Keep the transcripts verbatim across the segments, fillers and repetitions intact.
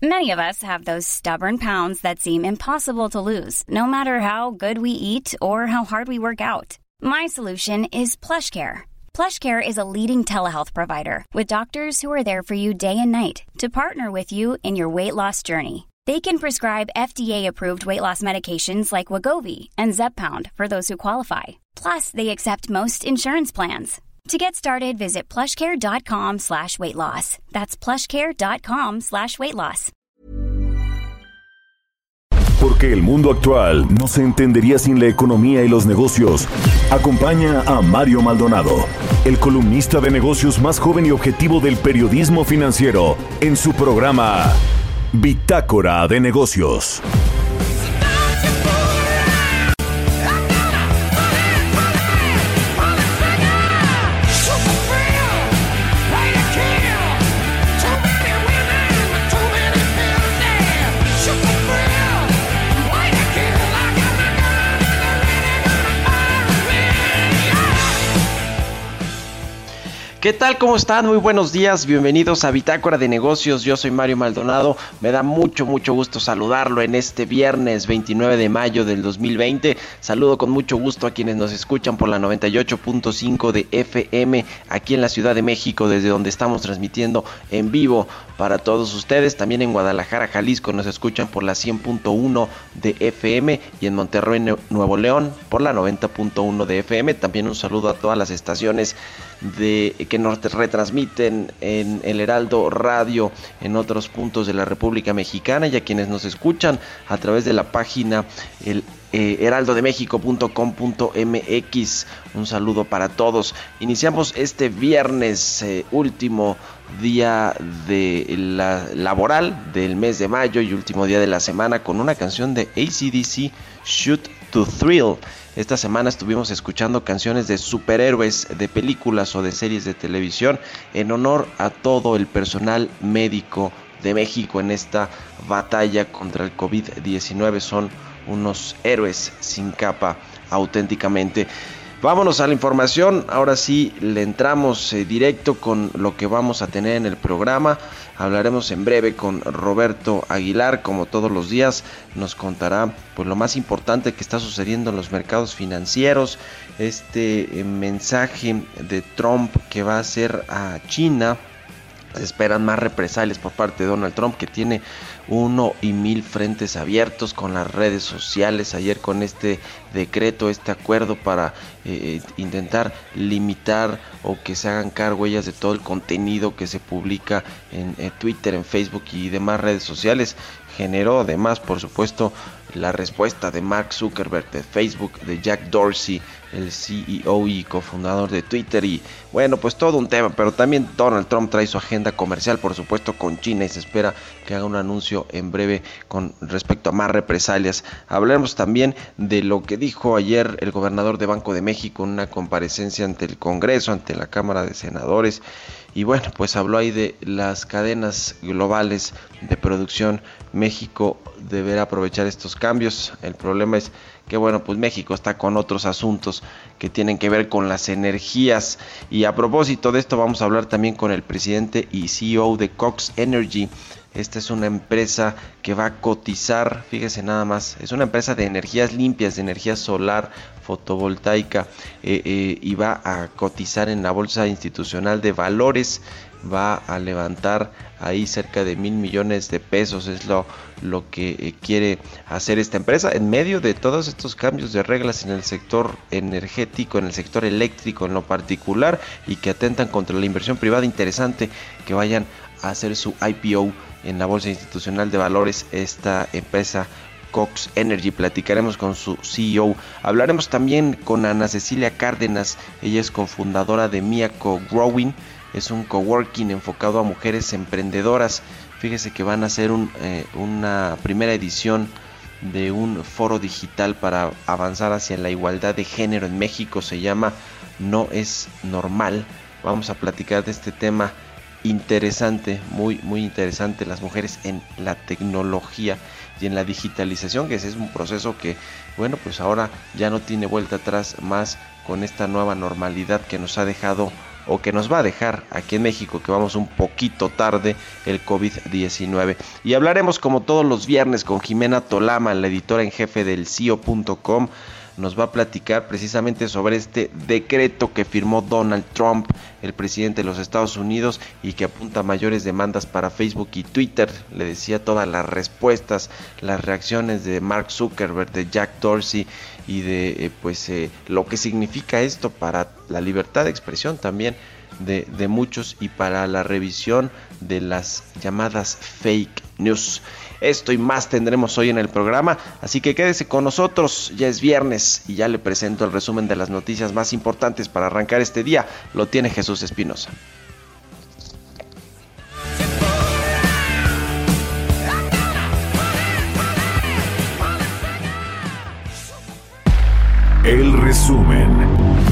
Many of us have those stubborn pounds that seem impossible to lose, no matter how good we eat or how hard we work out. My solution is PlushCare. PlushCare is a leading telehealth provider with doctors who are there for you day and night to partner with you in your weight loss journey. They can prescribe F D A-approved weight loss medications like Wegovy and Zepbound for those who qualify. Plus, they accept most insurance plans. To get started, visit plushcare.com slash weight loss. That's plushcare.com slash weight loss. Porque el mundo actual no se entendería sin la economía y los negocios. Acompaña a Mario Maldonado, el columnista de negocios más joven y objetivo del periodismo financiero, en su programa Bitácora de Negocios. ¿Qué tal? ¿Cómo están? Muy buenos días, bienvenidos a Bitácora de Negocios. Yo soy Mario Maldonado, me da mucho, mucho gusto saludarlo en este viernes veintinueve de mayo del dos mil veinte. Saludo con mucho gusto a quienes nos escuchan por la noventa y ocho punto cinco de F M aquí en la Ciudad de México, desde donde estamos transmitiendo en vivo para todos ustedes. También en Guadalajara, Jalisco, nos escuchan por la cien punto uno de F M y en Monterrey, Nuevo León, por la noventa punto uno de F M. También un saludo a todas las estaciones de que nos retransmiten en el Heraldo Radio en otros puntos de la República Mexicana, y a quienes nos escuchan a través de la página el eh, heraldo de méxico punto com punto m x. Un saludo para todos. Iniciamos este viernes, eh, último día de la laboral del mes de mayo y último día de la semana, con una canción de A C D C, Shoot to Thrill. Esta semana estuvimos escuchando canciones de superhéroes, de películas o de series de televisión, en honor a todo el personal médico de México en esta batalla contra el covid diecinueve. Son unos héroes sin capa, auténticamente. Vámonos a la información. Ahora sí le entramos eh, directo con lo que vamos a tener en el programa. Hablaremos en breve con Roberto Aguilar, como todos los días. Nos contará pues lo más importante que está sucediendo en los mercados financieros. Este eh, mensaje de Trump que va a hacer a China. Se esperan más represalias por parte de Donald Trump, que tiene uno y mil frentes abiertos con las redes sociales. Ayer con este decreto, este acuerdo para eh, intentar limitar o que se hagan cargo ellas de todo el contenido que se publica en eh, Twitter, en Facebook y demás redes sociales, generó además, por supuesto, la respuesta de Mark Zuckerberg de Facebook, de Jack Dorsey, el C E O y cofundador de Twitter, y bueno, pues todo un tema. Pero también Donald Trump trae su agenda comercial, por supuesto, con China, y se espera que haga un anuncio en breve con respecto a más represalias. Hablaremos también de lo que dijo ayer el gobernador de Banco de México en una comparecencia ante el Congreso, ante la Cámara de Senadores. Y bueno, pues habló ahí de las cadenas globales de producción. México deberá aprovechar estos cambios. El problema es que bueno, pues México está con otros asuntos que tienen que ver con las energías. Y a propósito de esto, vamos a hablar también con el presidente y C E O de Cox Energy. Esta es una empresa que va a cotizar, fíjese nada más, es una empresa de energías limpias, de energía solar, fotovoltaica, eh, eh, y va a cotizar en la Bolsa Institucional de Valores. Va a levantar ahí cerca de mil millones de pesos, es lo, lo que eh, quiere hacer esta empresa en medio de todos estos cambios de reglas en el sector energético, en el sector eléctrico en lo particular, y que atentan contra la inversión privada. Interesante que vayan a hacer su I P O en la Bolsa Institucional de Valores esta empresa Cox Energy. Platicaremos con su C E O. Hablaremos también con Ana Cecilia Cárdenas. Ella es cofundadora de Miyako Growing. Es un coworking enfocado a mujeres emprendedoras. Fíjese que van a hacer un, eh, una primera edición de un foro digital para avanzar hacia la igualdad de género en México. Se llama No es Normal. Vamos a platicar de este tema interesante, muy muy interesante, las mujeres en la tecnología y en la digitalización, que ese es un proceso que, bueno, pues ahora ya no tiene vuelta atrás más con esta nueva normalidad que nos ha dejado o que nos va a dejar aquí en México, que vamos un poquito tarde, el covid diecinueve. Y hablaremos como todos los viernes con Jimena Tolama, la editora en jefe del C I O punto com. Nos va a platicar precisamente sobre este decreto que firmó Donald Trump, el presidente de los Estados Unidos, y que apunta a mayores demandas para Facebook y Twitter. Le decía todas las respuestas, las reacciones de Mark Zuckerberg, de Jack Dorsey y de eh, pues eh, lo que significa esto para la libertad de expresión también de, de muchos y para la revisión de las llamadas fake news. Esto y más tendremos hoy en el programa, así que quédese con nosotros. Ya es viernes y ya le presento el resumen de las noticias más importantes para arrancar este día. Lo tiene Jesús Espinosa. El resumen.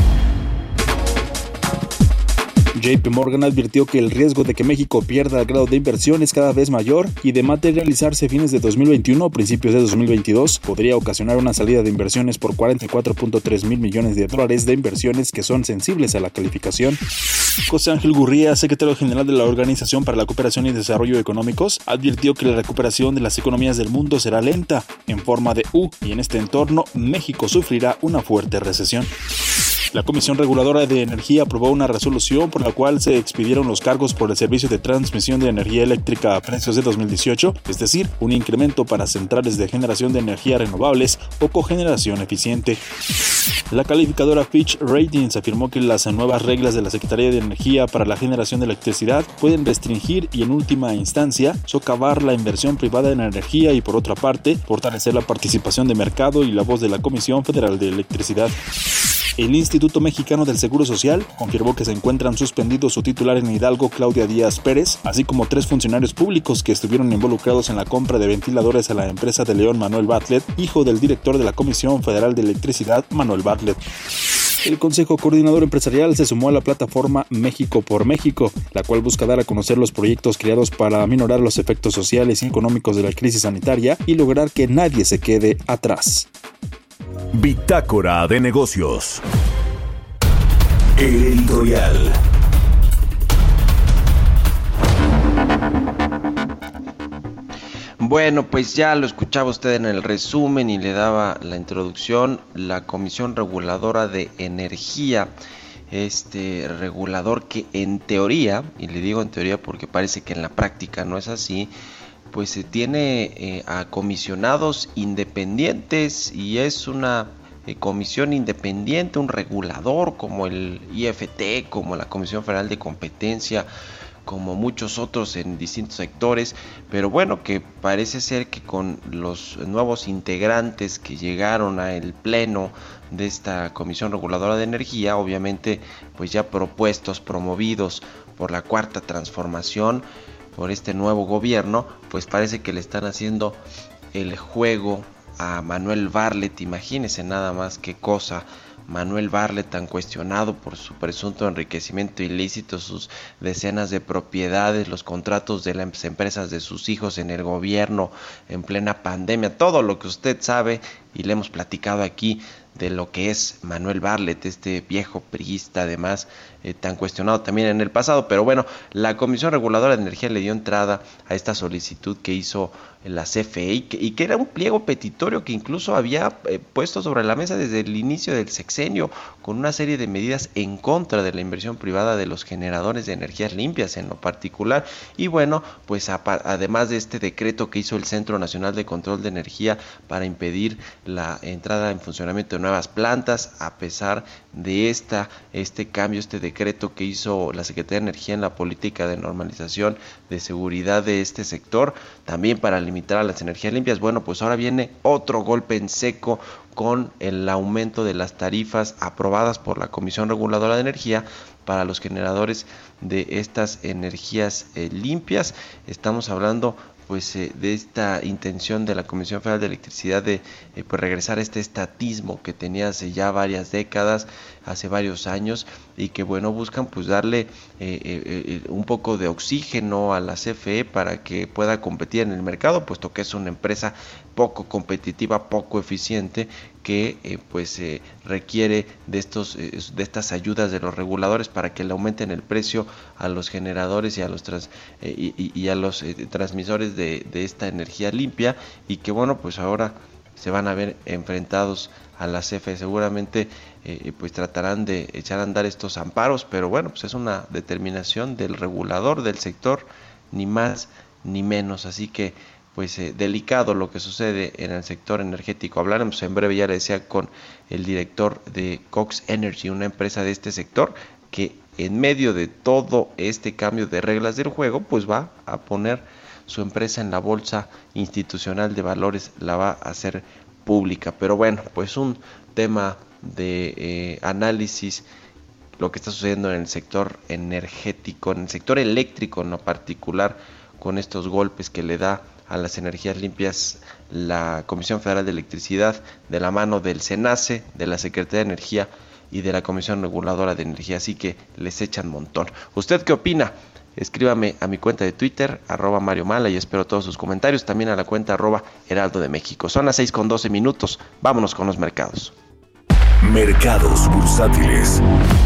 J P Morgan advirtió que el riesgo de que México pierda el grado de inversión es cada vez mayor y de materializarse a fines de dos mil veintiuno o principios de dos mil veintidós podría ocasionar una salida de inversiones por cuarenta y cuatro punto tres mil millones de dólares de inversiones que son sensibles a la calificación. José Ángel Gurría, secretario general de la Organización para la Cooperación y Desarrollo Económicos, advirtió que la recuperación de las economías del mundo será lenta, en forma de U, y en este entorno México sufrirá una fuerte recesión. La Comisión Reguladora de Energía aprobó una resolución por la cual se expidieron los cargos por el servicio de transmisión de energía eléctrica a precios de dos mil dieciocho, es decir, un incremento para centrales de generación de energía renovables o cogeneración eficiente. La calificadora Fitch Ratings afirmó que las nuevas reglas de la Secretaría de Energía para la generación de electricidad pueden restringir y en última instancia socavar la inversión privada en energía y por otra parte fortalecer la participación de mercado y la voz de la Comisión Federal de Electricidad. El Instituto Mexicano del Seguro Social confirmó que se encuentran suspendidos su titular en Hidalgo, Claudia Díaz Pérez, así como tres funcionarios públicos que estuvieron involucrados en la compra de ventiladores a la empresa de León, Manuel Bartlett, hijo del director de la Comisión Federal de Electricidad, Manuel Bartlett. El Consejo Coordinador Empresarial se sumó a la plataforma México por México, la cual busca dar a conocer los proyectos creados para aminorar los efectos sociales y económicos de la crisis sanitaria y lograr que nadie se quede atrás. Bitácora de Negocios. El editorial. Bueno, pues ya lo escuchaba usted en el resumen y le daba la introducción. La Comisión Reguladora de Energía, este regulador que en teoría, y le digo en teoría porque parece que en la práctica no es así, pues se tiene eh, a comisionados independientes y es una eh, comisión independiente, un regulador como el I F T, como la Comisión Federal de Competencia, como muchos otros en distintos sectores, pero bueno, que parece ser que con los nuevos integrantes que llegaron al pleno de esta Comisión Reguladora de Energía, obviamente pues ya propuestos, promovidos por la Cuarta Transformación, por este nuevo gobierno, pues parece que le están haciendo el juego a Manuel Bartlett. Imagínense nada más qué cosa. Manuel Bartlett, tan cuestionado por su presunto enriquecimiento ilícito, sus decenas de propiedades, los contratos de las empresas de sus hijos en el gobierno en plena pandemia, todo lo que usted sabe y le hemos platicado aquí de lo que es Manuel Bartlett, este viejo priista además eh, tan cuestionado también en el pasado. Pero bueno, la Comisión Reguladora de Energía le dio entrada a esta solicitud que hizo la C F E y que, y que era un pliego petitorio que incluso había eh, puesto sobre la mesa desde el inicio del sexenio, con una serie de medidas en contra de la inversión privada de los generadores de energías limpias en lo particular. Y bueno, pues a, además de este decreto que hizo el Centro Nacional de Control de Energía para impedir la entrada en funcionamiento de nuevas plantas, a pesar de esta este cambio, este decreto que hizo la Secretaría de Energía en la política de normalización de seguridad de este sector, también para limitar a las energías limpias. Bueno, pues ahora viene otro golpe en seco con el aumento de las tarifas aprobadas por la Comisión Reguladora de Energía para los generadores de estas energías eh, limpias. Estamos hablando pues eh, de esta intención de la Comisión Federal de Electricidad de eh, pues regresar a este estatismo que tenía hace ya varias décadas, hace varios años, y que bueno, buscan pues darle eh, eh, un poco de oxígeno a la C F E para que pueda competir en el mercado, puesto que es una empresa poco competitiva, poco eficiente, que eh, pues eh, requiere de estos eh, de estas ayudas de los reguladores para que le aumenten el precio a los generadores y a los trans, eh, y, y a los eh, transmisores de, de esta energía limpia, y que bueno, pues ahora se van a ver enfrentados a la C F E. Seguramente eh, pues tratarán de echar a andar estos amparos, pero bueno, pues es una determinación del regulador del sector, ni más ni menos, así que pues eh, delicado lo que sucede en el sector energético. Hablaremos en breve, ya le decía, con el director de Cox Energy, una empresa de este sector que en medio de todo este cambio de reglas del juego, pues va a poner su empresa en la bolsa institucional de valores, la va a hacer pública. Pero bueno, pues un tema de eh, análisis, lo que está sucediendo en el sector energético, en el sector eléctrico en lo particular, con estos golpes que le da a las energías limpias la Comisión Federal de Electricidad, de la mano del SENACE, de la Secretaría de Energía y de la Comisión Reguladora de Energía, así que les echan montón. ¿Usted qué opina? Escríbame a mi cuenta de Twitter, arroba Mario Mala, y espero todos sus comentarios, también a la cuenta arroba Heraldo de México. Son las seis con doce minutos, vámonos con los mercados. Mercados bursátiles.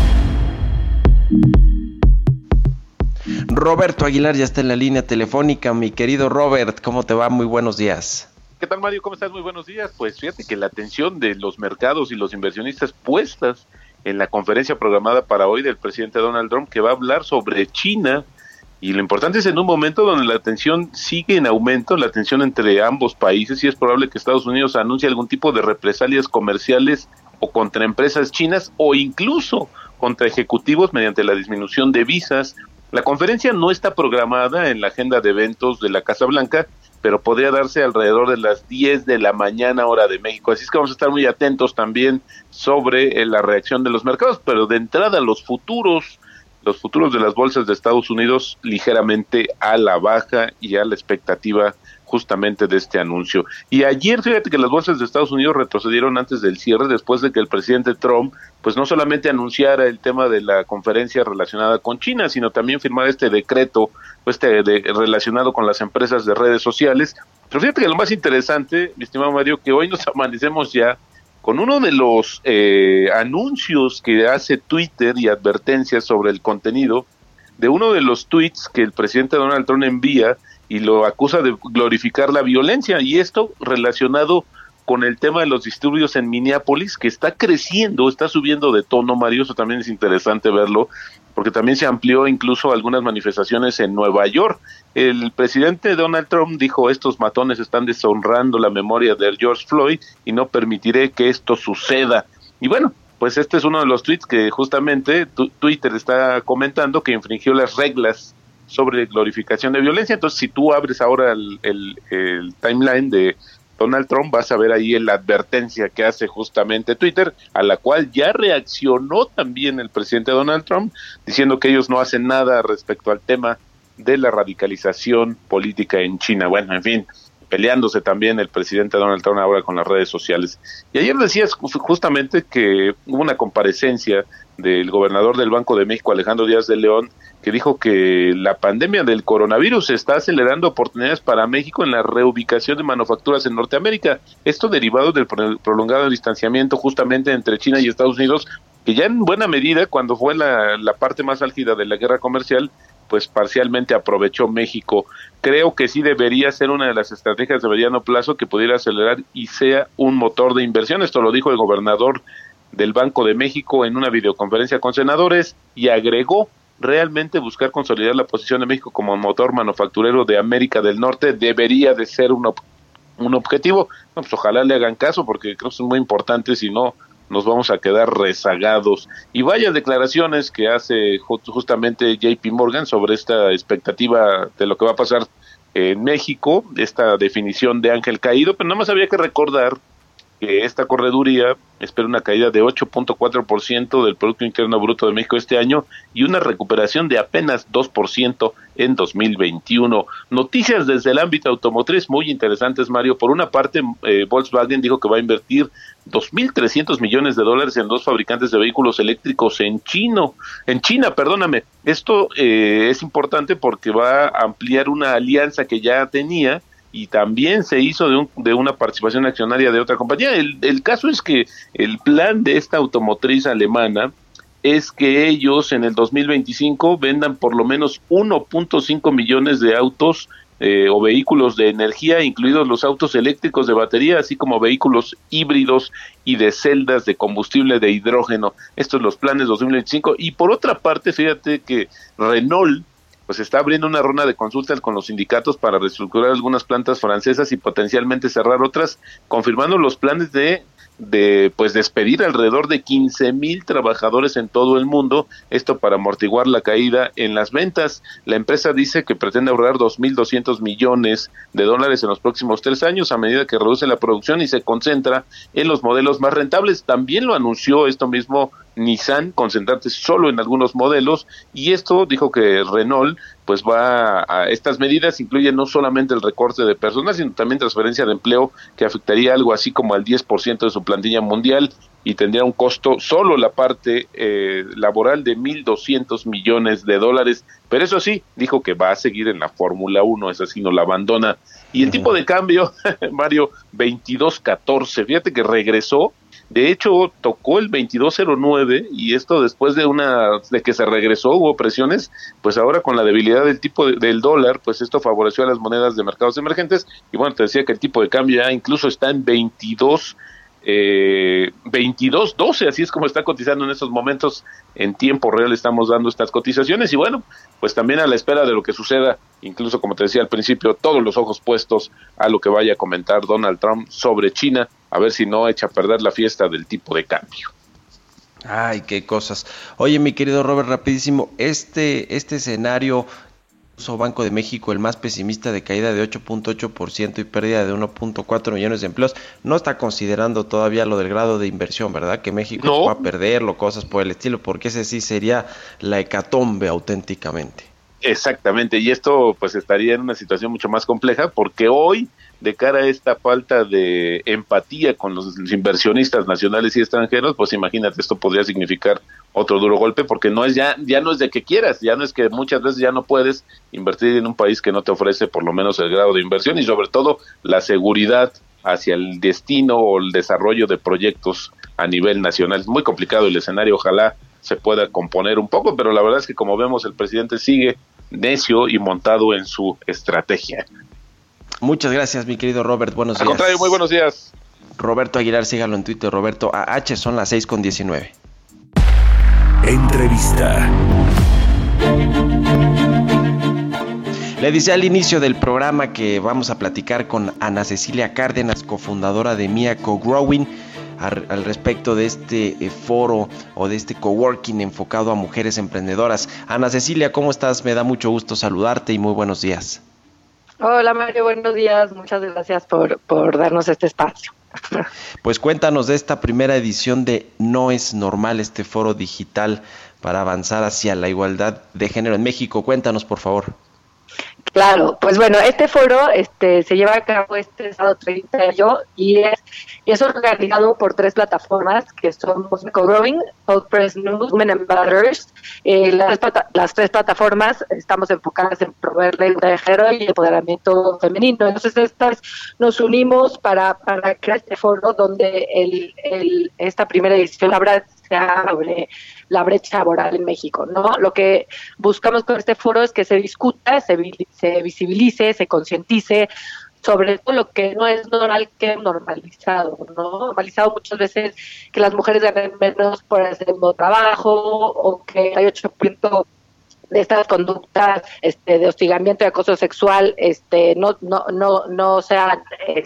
Roberto Aguilar ya está en la línea telefónica. Mi querido Robert, ¿cómo te va? Muy buenos días. ¿Qué tal, Mario? ¿Cómo estás? Muy buenos días. Pues fíjate que la atención de los mercados y los inversionistas puestas en la conferencia programada para hoy del presidente Donald Trump, que va a hablar sobre China, y lo importante es en un momento donde la tensión sigue en aumento, la tensión entre ambos países, y es probable que Estados Unidos anuncie algún tipo de represalias comerciales o contra empresas chinas o incluso contra ejecutivos mediante la disminución de visas. La conferencia no está programada en la agenda de eventos de la Casa Blanca, pero podría darse alrededor de las diez de la mañana hora de México, así es que vamos a estar muy atentos también sobre eh, la reacción de los mercados, pero de entrada los futuros, los futuros de las bolsas de Estados Unidos ligeramente a la baja y a la expectativa justamente de este anuncio. Y ayer, fíjate que las bolsas de Estados Unidos retrocedieron antes del cierre, después de que el presidente Trump, pues no solamente anunciara el tema de la conferencia relacionada con China, sino también firmara este decreto, pues este de, relacionado con las empresas de redes sociales. Pero fíjate que lo más interesante, mi estimado Mario, que hoy nos amanecemos ya con uno de los eh, anuncios que hace Twitter y advertencias sobre el contenido de uno de los tweets que el presidente Donald Trump envía y lo acusa de glorificar la violencia, y esto relacionado con el tema de los disturbios en Minneapolis, que está creciendo, está subiendo de tono, Mario. Eso también es interesante verlo, porque también se amplió incluso algunas manifestaciones en Nueva York. El presidente Donald Trump dijo: estos matones están deshonrando la memoria de George Floyd y no permitiré que esto suceda. Y bueno, pues este es uno de los tweets que justamente tu, Twitter está comentando que infringió las reglas sobre glorificación de violencia. Entonces, si tú abres ahora el, el, el timeline de Donald Trump, vas a ver ahí la advertencia que hace justamente Twitter, a la cual ya reaccionó también el presidente Donald Trump, diciendo que ellos no hacen nada respecto al tema de la radicalización política en China. Bueno, en fin, peleándose también el presidente Donald Trump ahora con las redes sociales. Y ayer decías justamente que hubo una comparecencia del gobernador del Banco de México, Alejandro Díaz de León, que dijo que la pandemia del coronavirus está acelerando oportunidades para México en la reubicación de manufacturas en Norteamérica. Esto derivado del prolongado distanciamiento justamente entre China y Estados Unidos, que ya en buena medida, cuando fue la, la parte más álgida de la guerra comercial, pues parcialmente aprovechó México. Creo que sí debería ser una de las estrategias de mediano plazo que pudiera acelerar y sea un motor de inversión. Esto lo dijo el gobernador del Banco de México en una videoconferencia con senadores, y agregó: realmente buscar consolidar la posición de México como motor manufacturero de América del Norte debería de ser un, un objetivo. No, pues ojalá le hagan caso, porque creo que es muy importante, si no nos vamos a quedar rezagados. Y vaya declaraciones que hace justamente J P Morgan sobre esta expectativa de lo que va a pasar en México, esta definición de ángel caído. Pero nada más había que recordar que esta correduría espera una caída de ocho punto cuatro por ciento del Producto Interno Bruto de México este año y una recuperación de apenas dos por ciento en dos mil veintiuno. Noticias desde el ámbito automotriz muy interesantes, Mario. Por una parte, eh, Volkswagen dijo que va a invertir dos mil trescientos millones de dólares en dos fabricantes de vehículos eléctricos en Chino, en China, perdóname. Esto eh, es importante porque va a ampliar una alianza que ya tenía y también se hizo de, un, de una participación accionaria de otra compañía. El, el caso es que el plan de esta automotriz alemana es que ellos en el dos mil veinticinco vendan por lo menos uno punto cinco millones de autos eh, o vehículos de energía, incluidos los autos eléctricos de batería, así como vehículos híbridos y de celdas de combustible de hidrógeno. Estos son los planes dos mil veinticinco. Y por otra parte, fíjate que Renault pues está abriendo una ronda de consultas con los sindicatos para reestructurar algunas plantas francesas y potencialmente cerrar otras, confirmando los planes de de pues despedir alrededor de quince mil trabajadores en todo el mundo, esto para amortiguar la caída en las ventas. La empresa dice que pretende ahorrar dos mil doscientos millones de dólares en los próximos tres años a medida que reduce la producción y se concentra en los modelos más rentables. También lo anunció esto mismo Nissan, concentrarse solo en algunos modelos, y esto dijo que Renault pues va a, estas medidas incluyen no solamente el recorte de personas, sino también transferencia de empleo que afectaría algo así como al diez por ciento de su plantilla mundial y tendría un costo solo la parte eh, laboral de mil doscientos millones de dólares, pero eso sí, dijo que va a seguir en la Fórmula uno, es así, no la abandona. Y el tipo de cambio, Mario, veintidós catorce, fíjate que regresó. De hecho, tocó el veintidós cero nueve y esto después de una de que se regresó, hubo presiones, pues ahora con la debilidad del tipo de, del dólar, pues esto favoreció a las monedas de mercados emergentes y bueno, te decía que el tipo de cambio ya incluso está en veintidós eh, veintidós doce, así es como está cotizando en estos momentos. En tiempo real estamos dando estas cotizaciones y bueno, pues también a la espera de lo que suceda, incluso como te decía al principio, todos los ojos puestos a lo que vaya a comentar Donald Trump sobre China, a ver si no echa a perder la fiesta del tipo de cambio. Ay, qué cosas. Oye, mi querido Robert, rapidísimo, este, este escenario, Banco de México, el más pesimista, de caída de ocho punto ocho por ciento y pérdida de uno punto cuatro millones de empleos, no está considerando todavía lo del grado de inversión, ¿verdad? Que México no va a perderlo, cosas por el estilo, porque ese sí sería la hecatombe auténticamente. Exactamente, y esto pues estaría en una situación mucho más compleja, porque hoy, de cara a esta falta de empatía con los inversionistas nacionales y extranjeros, pues imagínate, esto podría significar otro duro golpe, porque no es ya, ya no es de que quieras, ya no es que muchas veces ya no puedes invertir en un país que no te ofrece por lo menos el grado de inversión y sobre todo la seguridad hacia el destino o el desarrollo de proyectos a nivel nacional. Es muy complicado el escenario, ojalá se pueda componer un poco, pero la verdad es que como vemos el presidente sigue necio y montado en su estrategia. Muchas gracias, mi querido Robert, buenos días. Al contrario, muy buenos días. Roberto Aguilar, sígalo en Twitter, Roberto A H, son las seis con diecinueve. Entrevista. Le decía al inicio del programa que vamos a platicar con Ana Cecilia Cárdenas, cofundadora de Mia Cogrowing, al, al respecto de este eh, foro o de este coworking enfocado a mujeres emprendedoras. Ana Cecilia, ¿cómo estás? Me da mucho gusto saludarte y muy buenos días. Hola Mario, buenos días, muchas gracias por, por darnos este espacio. Pues cuéntanos de esta primera edición de No es Normal, este foro digital para avanzar hacia la igualdad de género en México. Cuéntanos, por favor. Claro, pues bueno, este foro este, se lleva a cabo este sábado treinta de mayo y es, y es organizado por tres plataformas que son Cogrowing, Press News, Women and Butters. Eh, las, las tres plataformas estamos enfocadas en promover la igualdad de género y el empoderamiento femenino. Entonces estas nos unimos para, para crear este foro donde el, el, esta primera edición habrá sobre la brecha laboral en México, ¿no? Lo que buscamos con este foro es que se discuta, se, se visibilice, se concientice sobre todo lo que no es normal, que es normalizado, ¿no? Normalizado muchas veces que las mujeres ganen menos por hacer el mismo trabajo o que hay ocho por ciento de estas conductas este, de hostigamiento y acoso sexual este, no, no, no, no sean este,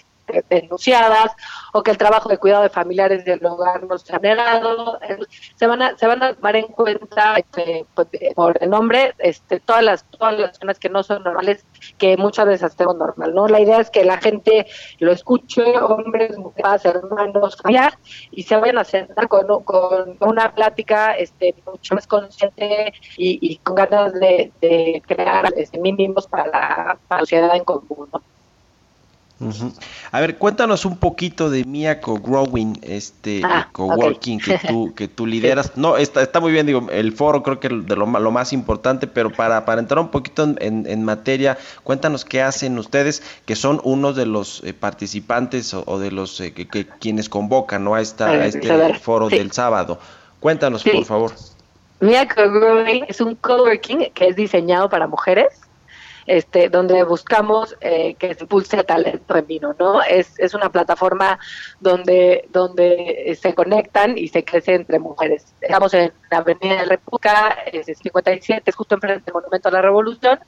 denunciadas, o que el trabajo de cuidado de familiares del hogar no se ha negado. Se van a, se van a tomar en cuenta este, pues, por el nombre este, todas las todas las personas que no son normales, que muchas veces hacemos normal, ¿no? La idea es que la gente lo escuche, hombres, mujeres, hermanos, familiares, y se vayan a sentar con, con una plática este, mucho más consciente y, y con ganas de, de crear este, mínimos para la, para la sociedad en común, ¿no? Uh-huh. A ver, cuéntanos un poquito de Mia Cogrowing, este ah, coworking okay. que tú que tú lideras. No, está está muy bien, digo, el foro creo que de lo, lo más importante, pero para para entrar un poquito en, en, en materia, cuéntanos qué hacen ustedes, que son unos de los eh, participantes o, o de los eh, que, que quienes convocan, ¿no? a esta a este foro sí. del sábado. Cuéntanos, sí. por favor. Mia Cogrowing es un coworking que es diseñado para mujeres. Este, donde buscamos eh, que se impulse el talento femenino, ¿no? Es, es una plataforma donde, donde se conectan y se crece entre mujeres. Estamos en la Avenida de la República, es cincuenta y siete, es justo enfrente del Monumento a la Revolución,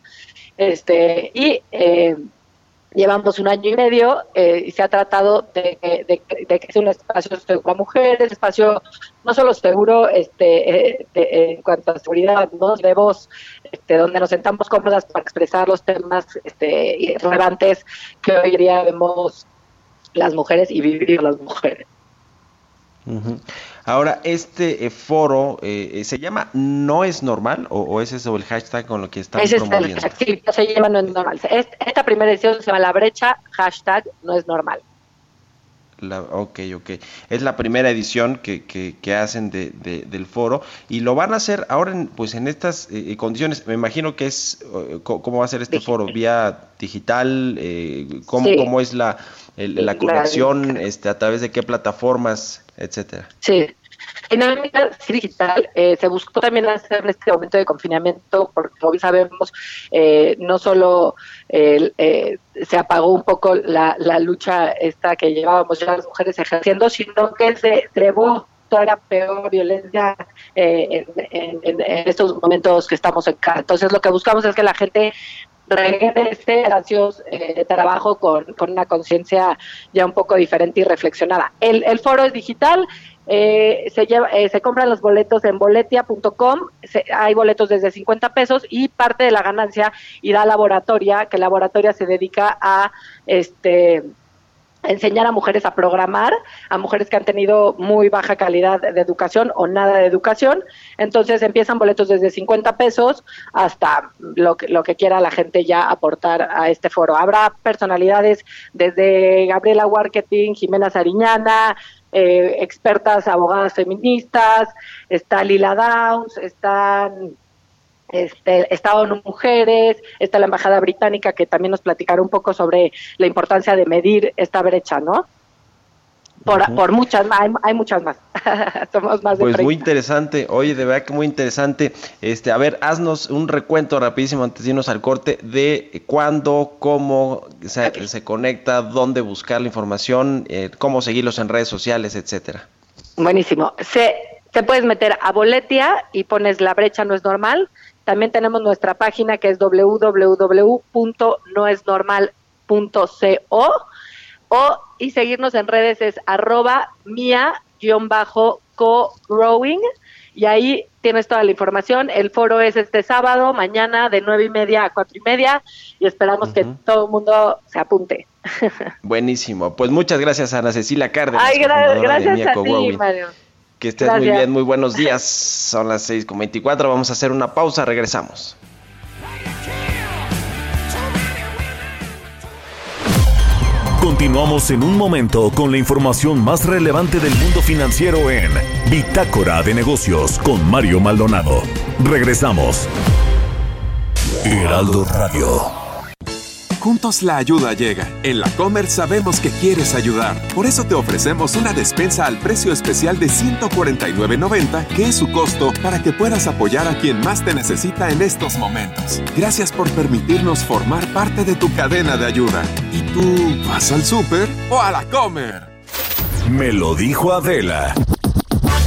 este, y eh, llevamos un año y medio eh, y se ha tratado de, de, de que sea un espacio seguro para mujeres, espacio no solo seguro este, eh, de, eh, en cuanto a seguridad, ¿no? de voz, este, donde nos sentamos cómodas para expresar los temas este, relevantes que hoy día vemos las mujeres y vivir las mujeres. Uh-huh. Ahora, este eh, foro eh, ¿se llama No es Normal o, o es eso el hashtag con lo que están ese promoviendo? Es el hashtag, sí, se llama No es Normal. Esta primera edición se llama La Brecha, hashtag No es Normal. La, ok, ok. Es la primera edición que, que, que hacen de, de, del foro y lo van a hacer ahora en, pues en estas eh, condiciones. Me imagino que es, uh, ¿cómo va a ser este digital. foro? ¿Vía digital? Eh, ¿cómo, sí. ¿Cómo es la, el, la conexión? Este, ¿A través de qué plataformas, etcétera? Sí. Dinámica digital eh, se buscó también hacer en este momento de confinamiento, porque hoy sabemos eh, no solo eh, eh, se apagó un poco la, la lucha esta que llevábamos ya las mujeres ejerciendo, sino que se trevó toda la peor violencia eh, en, en, en estos momentos que estamos en casa. Entonces lo que buscamos es que la gente regrese a espacios eh, de trabajo con, con una conciencia ya un poco diferente y reflexionada. El, el foro es digital. Eh, se lleva, eh, se compran los boletos en boletia punto com, se, hay boletos desde cincuenta pesos y parte de la ganancia irá a Laboratoria, que Laboratoria se dedica a este enseñar a mujeres a programar, a mujeres que han tenido muy baja calidad de educación o nada de educación. Entonces empiezan boletos desde cincuenta pesos hasta lo que, lo que quiera la gente ya aportar a este foro. Habrá personalidades desde Gabriela Warketing, Jimena Sariñana, eh, expertas abogadas feministas, está Lila Downs, están... Este, está ONU Mujeres, está la Embajada Británica, que también nos platicará un poco sobre la importancia de medir esta brecha, ¿no? Por, uh-huh. por muchas más, hay, hay muchas más. Somos más de Pues treinta. Muy interesante, oye, de verdad que muy interesante. Este, a ver, haznos un recuento rapidísimo antes de irnos al corte de cuándo, cómo se, okay. se conecta, dónde buscar la información, eh, cómo seguirlos en redes sociales, etcétera. Buenísimo. Se, te puedes meter a Boletia y pones La Brecha No es Normal. También tenemos nuestra página que es doble u doble u doble u punto no es normal punto co o y seguirnos en redes es arroba mia-co-growing y ahí tienes toda la información. El foro es este sábado, mañana de nueve y media a cuatro y media y esperamos uh-huh. que todo el mundo se apunte. Buenísimo, pues muchas gracias Ana Cecilia Cárdenas. Ay, gra- gracias a ti, Mario. Que estés Gracias. Muy bien, muy buenos días. Son las seis con veinticuatro, vamos a hacer una pausa, regresamos. Continuamos en un momento con la información más relevante del mundo financiero en Bitácora de Negocios con Mario Maldonado. Regresamos. Heraldo Radio. Juntos la ayuda llega. En La Comer sabemos que quieres ayudar. Por eso te ofrecemos una despensa al precio especial de ciento cuarenta y nueve noventa, que es su costo, para que puedas apoyar a quien más te necesita en estos momentos. Gracias por permitirnos formar parte de tu cadena de ayuda. ¿Y tú vas al súper o a La Comer? Me lo dijo Adela.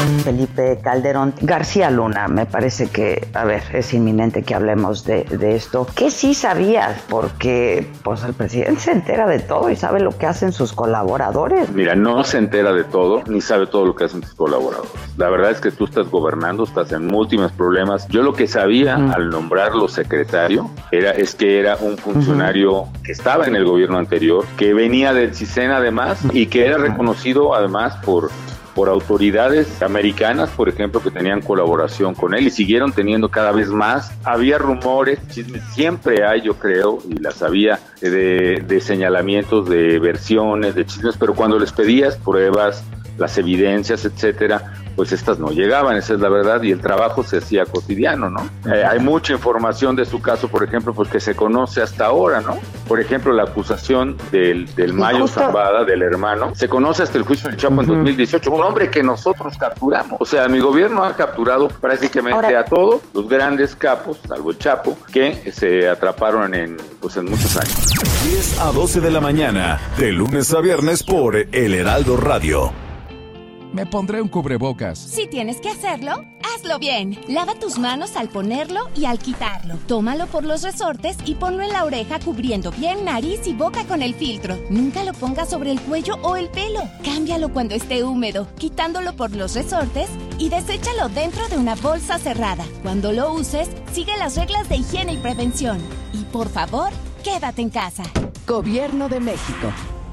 Felipe Calderón. García Luna, me parece que, a ver, es inminente que hablemos de, de esto. ¿Qué sí sabías? Porque pues el presidente se entera de todo y sabe lo que hacen sus colaboradores. Mira, no se entera de todo, ni sabe todo lo que hacen tus colaboradores. La verdad es que tú estás gobernando, estás en múltiples problemas. Yo lo que sabía uh-huh. al nombrarlo secretario era, es que era un funcionario uh-huh. que estaba en el gobierno anterior, que venía del CISEN además, y que era reconocido además por... por autoridades americanas, por ejemplo, que tenían colaboración con él y siguieron teniendo cada vez más. Había rumores, chismes, siempre hay, yo creo, y las había, de, de señalamientos, de versiones, de chismes, pero cuando les pedías pruebas, las evidencias, etcétera, pues estas no llegaban, esa es la verdad, y el trabajo se hacía cotidiano, ¿no? Eh, hay mucha información de su caso, por ejemplo, pues que se conoce hasta ahora, ¿no? Por ejemplo, la acusación del, del Mayo justo... Zambada, del hermano, se conoce hasta el juicio del Chapo uh-huh. en dos mil dieciocho, un hombre que nosotros capturamos. O sea, mi gobierno ha capturado prácticamente ahora... a todos los grandes capos, salvo el Chapo, que se atraparon en, pues, en muchos años. diez a doce de la mañana, de lunes a viernes por El Heraldo Radio. Me pondré un cubrebocas. Si tienes que hacerlo, hazlo bien. Lava tus manos al ponerlo y al quitarlo. Tómalo por los resortes y ponlo en la oreja cubriendo bien nariz y boca con el filtro. Nunca lo pongas sobre el cuello o el pelo. Cámbialo cuando esté húmedo, quitándolo por los resortes y deséchalo dentro de una bolsa cerrada. Cuando lo uses, sigue las reglas de higiene y prevención. Y por favor, quédate en casa. Gobierno de México.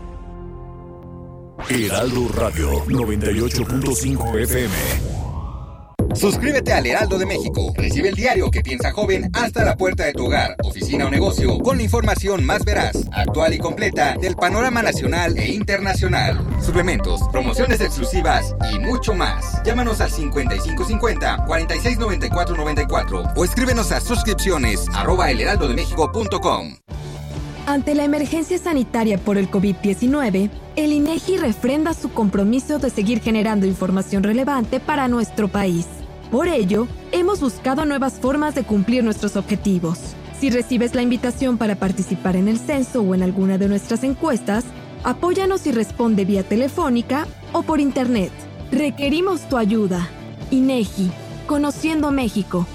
Heraldo Radio noventa y ocho punto cinco F M. Suscríbete al Heraldo de México. Recibe el diario que piensa joven hasta la puerta de tu hogar, oficina o negocio, con la información más veraz, actual y completa del panorama nacional e internacional. Suplementos, promociones exclusivas y mucho más. Llámanos al cincuenta y cinco cincuenta, cuarenta y seis noventa y cuatro noventa y cuatro o escríbenos a suscripciones arroba elheraldodemexico.com. Ante la emergencia sanitaria por el covid diecinueve, el INEGI refrenda su compromiso de seguir generando información relevante para nuestro país. Por ello, hemos buscado nuevas formas de cumplir nuestros objetivos. Si recibes la invitación para participar en el censo o en alguna de nuestras encuestas, apóyanos y responde vía telefónica o por internet. Requerimos tu ayuda. INEGI, Conociendo México.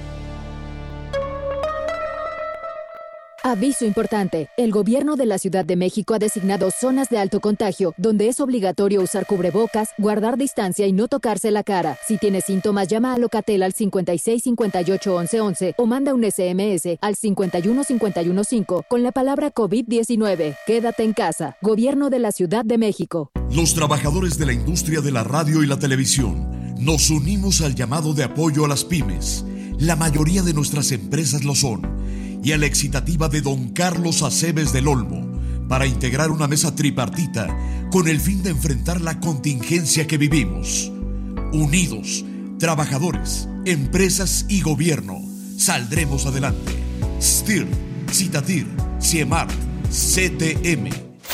Aviso importante. El gobierno de la Ciudad de México ha designado zonas de alto contagio, donde es obligatorio usar cubrebocas, guardar distancia y no tocarse la cara. Si tienes síntomas, llama a Locatel al cincuenta y seis cincuenta y ocho once once o manda un ese eme ese al cincuenta y uno cincuenta y uno cinco con la palabra covid diecinueve. Quédate en casa. Gobierno de la Ciudad de México. Los trabajadores de la industria de la radio y la televisión nos unimos al llamado de apoyo a las pymes. La mayoría de nuestras empresas lo son. Y a la excitativa de don Carlos Aceves del Olmo para integrar una mesa tripartita con el fin de enfrentar la contingencia que vivimos. Unidos, trabajadores, empresas y gobierno, saldremos adelante. S T I R, Citatir, Ciemar, C T M.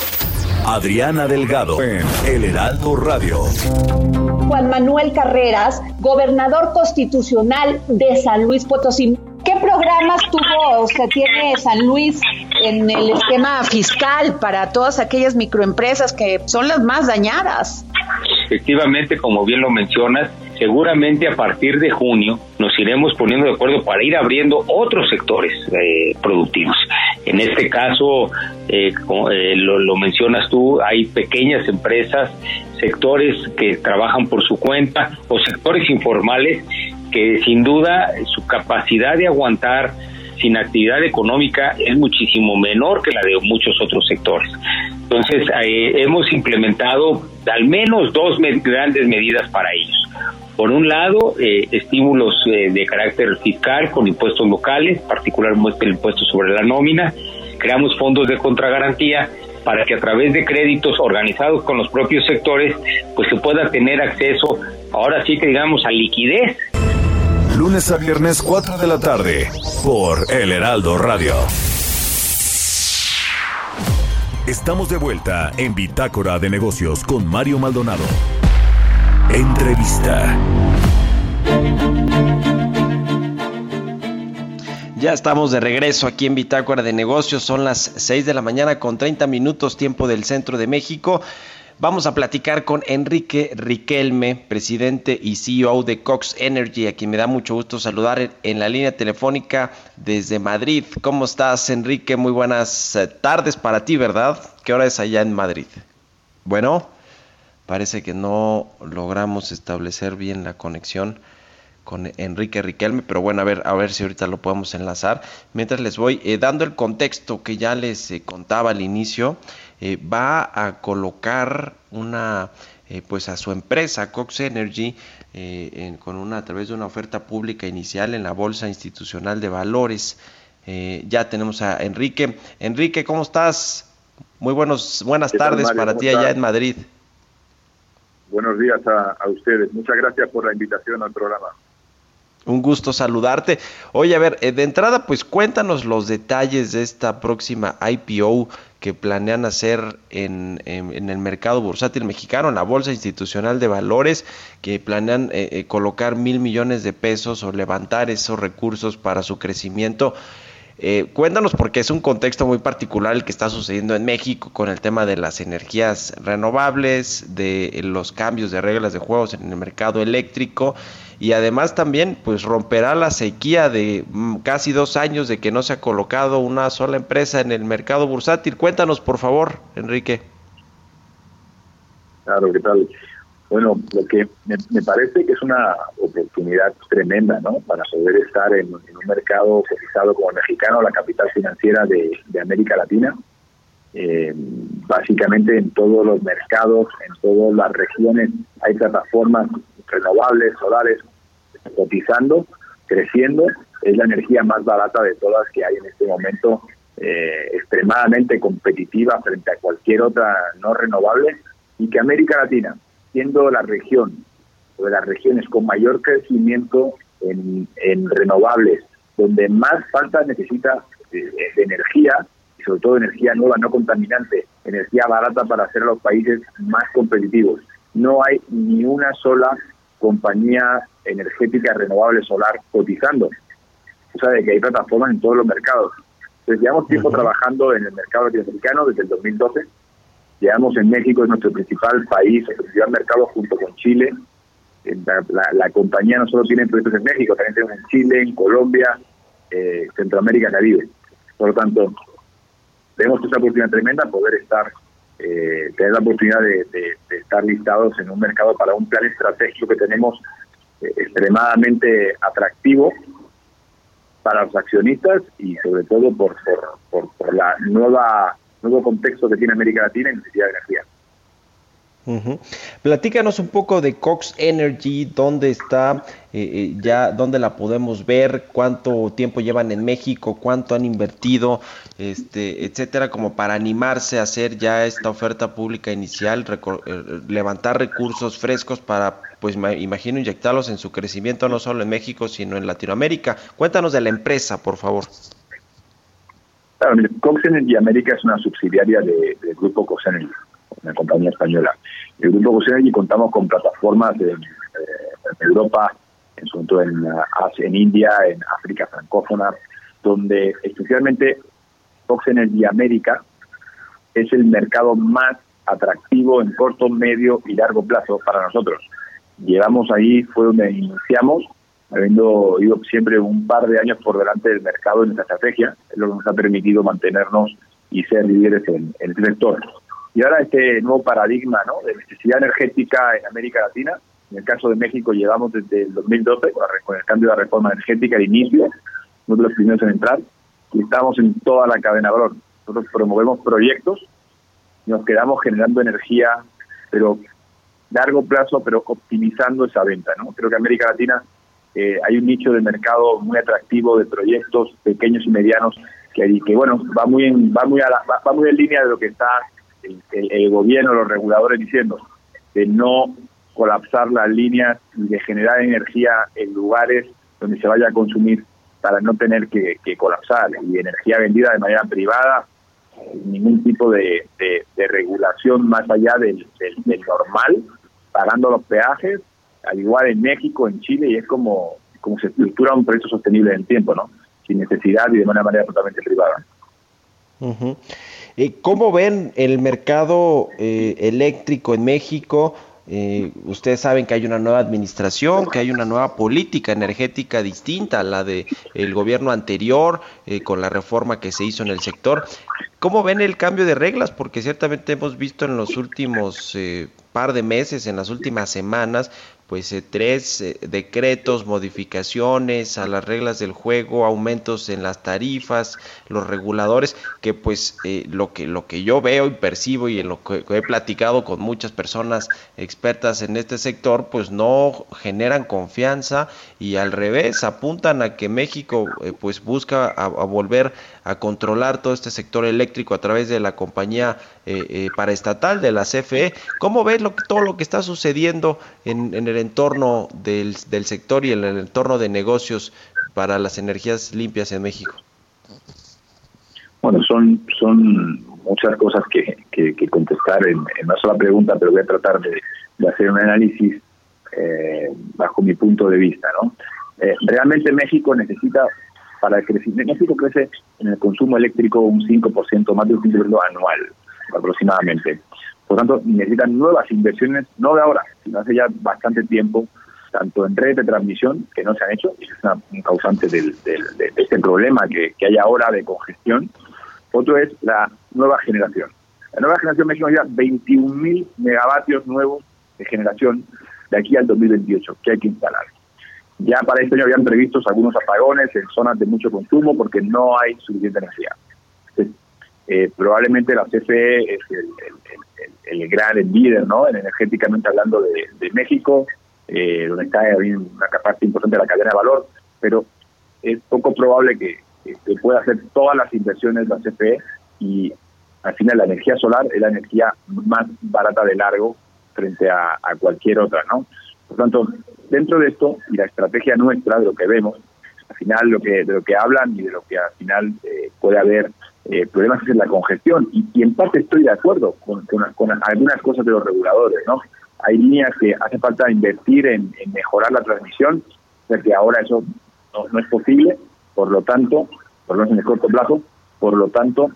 Adriana Delgado en El Heraldo Radio. Juan Manuel Carreras, gobernador constitucional de San Luis Potosí. ¿Qué programas tuvo o sea, tiene San Luis en el esquema fiscal para todas aquellas microempresas que son las más dañadas? Efectivamente, como bien lo mencionas, seguramente a partir de junio nos iremos poniendo de acuerdo para ir abriendo otros sectores eh, productivos. En este caso, eh, como, eh, lo, lo mencionas tú, hay pequeñas empresas, sectores que trabajan por su cuenta o sectores informales que sin duda su capacidad de aguantar sin actividad económica es muchísimo menor que la de muchos otros sectores. Entonces, eh, hemos implementado al menos dos med- grandes medidas para ellos. Por un lado, eh, estímulos eh, de carácter fiscal con impuestos locales, particularmente el impuesto sobre la nómina. Creamos fondos de contragarantía para que a través de créditos organizados con los propios sectores, pues se pueda tener acceso, ahora sí que digamos, a liquidez. Lunes a viernes, cuatro de la tarde, por El Heraldo Radio. Estamos de vuelta en Bitácora de Negocios con Mario Maldonado. Entrevista. Ya estamos de regreso aquí en Bitácora de Negocios. Son las seis de la mañana con treinta minutos, tiempo del centro de México. Vamos a platicar con Enrique Riquelme, presidente y C E O de Cox Energy, a quien me da mucho gusto saludar en, en la línea telefónica desde Madrid. ¿Cómo estás, Enrique? Muy buenas tardes para ti, ¿verdad? ¿Qué hora es allá en Madrid? Bueno, parece que no logramos establecer bien la conexión con Enrique Riquelme, pero bueno, a ver, a ver si ahorita lo podemos enlazar. Mientras les voy eh, dando el contexto que ya les eh, contaba al inicio, eh, va a colocar una, eh, pues a su empresa Cox Energy eh, en, con una a través de una oferta pública inicial en la Bolsa Institucional de Valores. Eh, ya tenemos a Enrique. Enrique, ¿cómo estás? Muy buenos, buenas tardes Mario, para ti allá en Madrid. Buenos días a, a ustedes. Muchas gracias por la invitación al programa. Un gusto saludarte. Oye, a ver, de entrada, pues cuéntanos los detalles de esta próxima I P O que planean hacer en, en, en el mercado bursátil mexicano, en la Bolsa Institucional de Valores, que planean eh, eh, colocar mil millones de pesos o levantar esos recursos para su crecimiento. Eh, cuéntanos, porque es un contexto muy particular el que está sucediendo en México con el tema de las energías renovables, de los cambios de reglas de juegos en el mercado eléctrico, y además también pues romperá la sequía de mm, casi dos años de que no se ha colocado una sola empresa en el mercado bursátil. Cuéntanos, por favor, Enrique. Claro, ¿qué tal? Bueno, lo que me, me parece que es una oportunidad tremenda, ¿no? Para poder estar en, en un mercado cotizado como el mexicano, la capital financiera de, de América Latina. Eh, básicamente en todos los mercados, en todas las regiones, hay plataformas renovables, solares, cotizando, creciendo. Es la energía más barata de todas que hay en este momento, eh, extremadamente competitiva frente a cualquier otra no renovable, y que América Latina, siendo la región o de las regiones con mayor crecimiento en, en renovables, donde más falta necesita de, de energía, y sobre todo energía nueva, no contaminante, energía barata para hacer a los países más competitivos. No hay ni una sola compañía energética renovable solar cotizando. O sea, de que hay plataformas en todos los mercados. Entonces, llevamos tiempo uh-huh. trabajando en el mercado latinoamericano desde el dos mil doce. Llevamos en México, es nuestro principal país, el principal mercado junto con Chile. La, la, la compañía no solo tiene proyectos en México, también tenemos en Chile, en Colombia, eh, Centroamérica, Caribe. Por lo tanto, tenemos esa oportunidad tremenda poder estar, eh, tener la oportunidad de, de, de estar listados en un mercado para un plan estratégico que tenemos eh, extremadamente atractivo para los accionistas y sobre todo por, por, por, por la nueva nuevo contexto que tiene América Latina en necesidad de energía. Uh-huh. Platícanos un poco de Cox Energy, dónde está, eh, eh, ya dónde la podemos ver, cuánto tiempo llevan en México, cuánto han invertido, este, etcétera, como para animarse a hacer ya esta oferta pública inicial, recor- eh, levantar recursos frescos para, pues me imagino, inyectarlos en su crecimiento no solo en México, sino en Latinoamérica. Cuéntanos de la empresa, por favor. Claro, Cox Energy América es una subsidiaria de, del grupo Cox Energy, una compañía española. El grupo Cox Energy contamos con plataformas en, eh, en Europa, en, sobre todo en, en India, en África francófona, donde especialmente Cox Energy América es el mercado más atractivo en corto, medio y largo plazo para nosotros. Llevamos ahí, fue donde iniciamos, habiendo ido siempre un par de años por delante del mercado en nuestra estrategia, es lo que nos ha permitido mantenernos y ser líderes en, en el sector. Y ahora este nuevo paradigma, ¿no?, de necesidad energética en América Latina, en el caso de México llevamos desde el dos mil doce, con, la, con el cambio de la reforma energética de inicio, uno de los primeros en entrar, y estamos en toda la cadena de valor. Nosotros promovemos proyectos y nos quedamos generando energía, pero largo plazo, pero optimizando esa venta, ¿no? Creo que América Latina Eh, hay un nicho de mercado muy atractivo de proyectos pequeños y medianos que, que bueno, va muy en, va muy a la, va, va muy en línea de lo que está el, el, el gobierno, los reguladores diciendo, de no colapsar las líneas y de generar energía en lugares donde se vaya a consumir para no tener que, que colapsar, y energía vendida de manera privada, ningún tipo de, de, de regulación más allá del, del, del normal, pagando los peajes, al igual en México, en Chile, y es como, como se estructura un proyecto sostenible en el tiempo, ¿no? Sin necesidad y de una manera totalmente privada. Uh-huh. Eh, ¿Cómo ven el mercado eh, eléctrico en México? Eh, ustedes saben que hay una nueva administración, que hay una nueva política energética distinta a la de el gobierno anterior, eh, con la reforma que se hizo en el sector. ¿Cómo ven el cambio de reglas? Porque ciertamente hemos visto en los últimos eh, par de meses, en las últimas semanas, pues eh, tres eh, decretos, modificaciones a las reglas del juego, aumentos en las tarifas, los reguladores, que pues eh, lo que lo que yo veo y percibo y en lo que, que he platicado con muchas personas expertas en este sector, pues no generan confianza y al revés, apuntan a que México eh, pues busca a, a volver a controlar todo este sector eléctrico a través de la compañía eh, eh, paraestatal de la C F E. ¿Cómo ves lo, todo lo que está sucediendo en, en el entorno del, del sector y en el entorno de negocios para las energías limpias en México? Bueno, son son muchas cosas que, que, que contestar en, en una sola pregunta, pero voy a tratar de, de hacer un análisis eh, bajo mi punto de vista, ¿no? Eh, realmente México necesita, para el crecimiento, México crece en el consumo eléctrico un cinco por ciento, más de un cinco por ciento anual, aproximadamente. Por tanto, necesitan nuevas inversiones, no de ahora, sino hace ya bastante tiempo, tanto en redes de transmisión, que no se han hecho, y es una, un causante del, del, de, de este problema que, que hay ahora de congestión. Otro es la nueva generación. La nueva generación México lleva veintiún mil megavatios nuevos de generación de aquí al dos mil veintiocho, que hay que instalar. Ya para este año habían previstos algunos apagones en zonas de mucho consumo porque no hay suficiente energía. Entonces, eh, probablemente la C F E es el, el, el, el gran el líder, ¿no? En energéticamente hablando de, de México, eh, donde está una parte importante de la cadena de valor, pero es poco probable que, que, que pueda hacer todas las inversiones de la C F E y al final la energía solar es la energía más barata de largo frente a, a cualquier otra, ¿no? Por tanto, dentro de esto y la estrategia nuestra, de lo que vemos, al final lo que de lo que hablan y de lo que al final eh, puede haber eh, problemas es en la congestión. Y, y en parte estoy de acuerdo con, con, con algunas cosas de los reguladores, ¿no? Hay líneas que hace falta invertir en, en mejorar la transmisión, porque ahora eso no, no es posible, por lo tanto, por lo menos en el corto plazo, por lo tanto,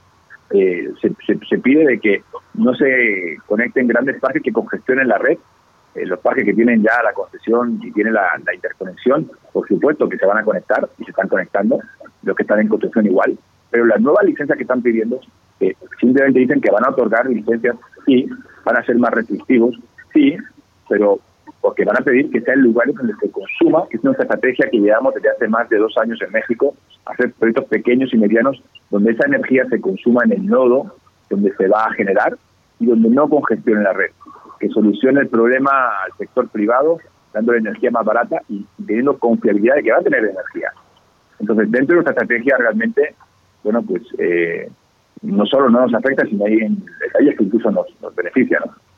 eh, se, se, se pide de que no se conecten grandes parques que congestionen la red. Eh, los parques que tienen ya la concesión y tienen la, la interconexión, por supuesto que se van a conectar y se están conectando, los que están en construcción igual, pero las nuevas licencias que están pidiendo, eh, simplemente dicen que van a otorgar licencias, sí, van a ser más restrictivos, sí, pero porque van a pedir que sean lugares donde se consuma, que es nuestra estrategia que llevamos desde hace más de dos años en México, hacer proyectos pequeños y medianos donde esa energía se consuma en el nodo donde se va a generar y donde no congestione la red, que solucione el problema al sector privado, dándole energía más barata y teniendo confiabilidad de que va a tener energía. Entonces, dentro de nuestra estrategia realmente, bueno, pues eh, no solo no nos afecta, sino hay en detalles que incluso nos, nos benefician,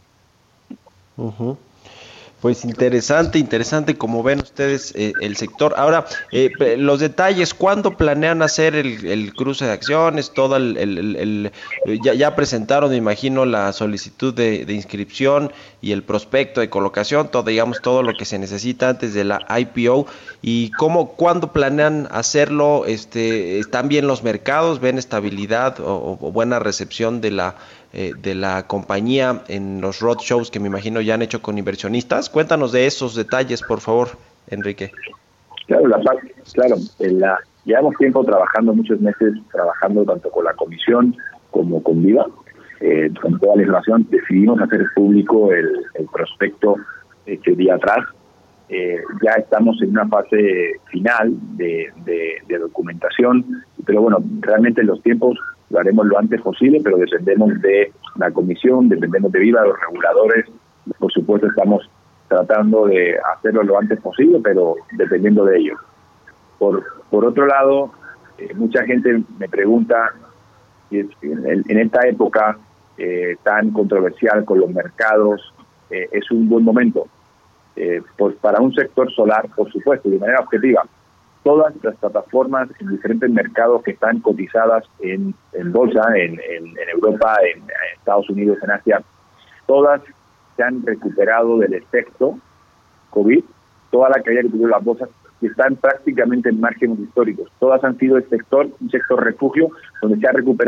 ¿no? Uh-huh. Pues interesante, interesante como ven ustedes eh, el sector. Ahora, eh, los detalles, ¿cuándo planean hacer el, el cruce de acciones? Todo el, el, el, el ya, ya presentaron, me imagino, la solicitud de, de inscripción y el prospecto de colocación, todo, digamos, todo lo que se necesita antes de la I P O. ¿Y cómo, cuándo planean hacerlo? Este, ¿están bien los mercados? ¿Ven estabilidad o, o buena recepción de la eh, de la compañía en los roadshows que me imagino ya han hecho con inversionistas? Cuéntanos de esos detalles, por favor, Enrique. Claro, la, claro la, llevamos tiempo trabajando, muchos meses trabajando tanto con la comisión como con Viva. Eh, con toda la información decidimos hacer público el, el prospecto este día atrás. Eh, ya estamos en una fase final de, de, de documentación, pero bueno, realmente los tiempos lo haremos lo antes posible, pero dependemos de la comisión, dependemos de Viva, de los reguladores. Por supuesto estamos tratando de hacerlo lo antes posible, pero dependiendo de ellos. Por, por otro lado, eh, mucha gente me pregunta si es, en, en esta época eh, tan controversial con los mercados, eh, es un buen momento. Eh, pues para un sector solar, por supuesto, de manera objetiva, todas las plataformas en diferentes mercados que están cotizadas en, en bolsa, en, en, en Europa, en, en Estados Unidos, en Asia, todas se han recuperado del efecto COVID, toda la caída que tuvieron las bolsas, que están prácticamente en márgenes históricos. Todas han sido el sector, un sector refugio, donde se ha recuperado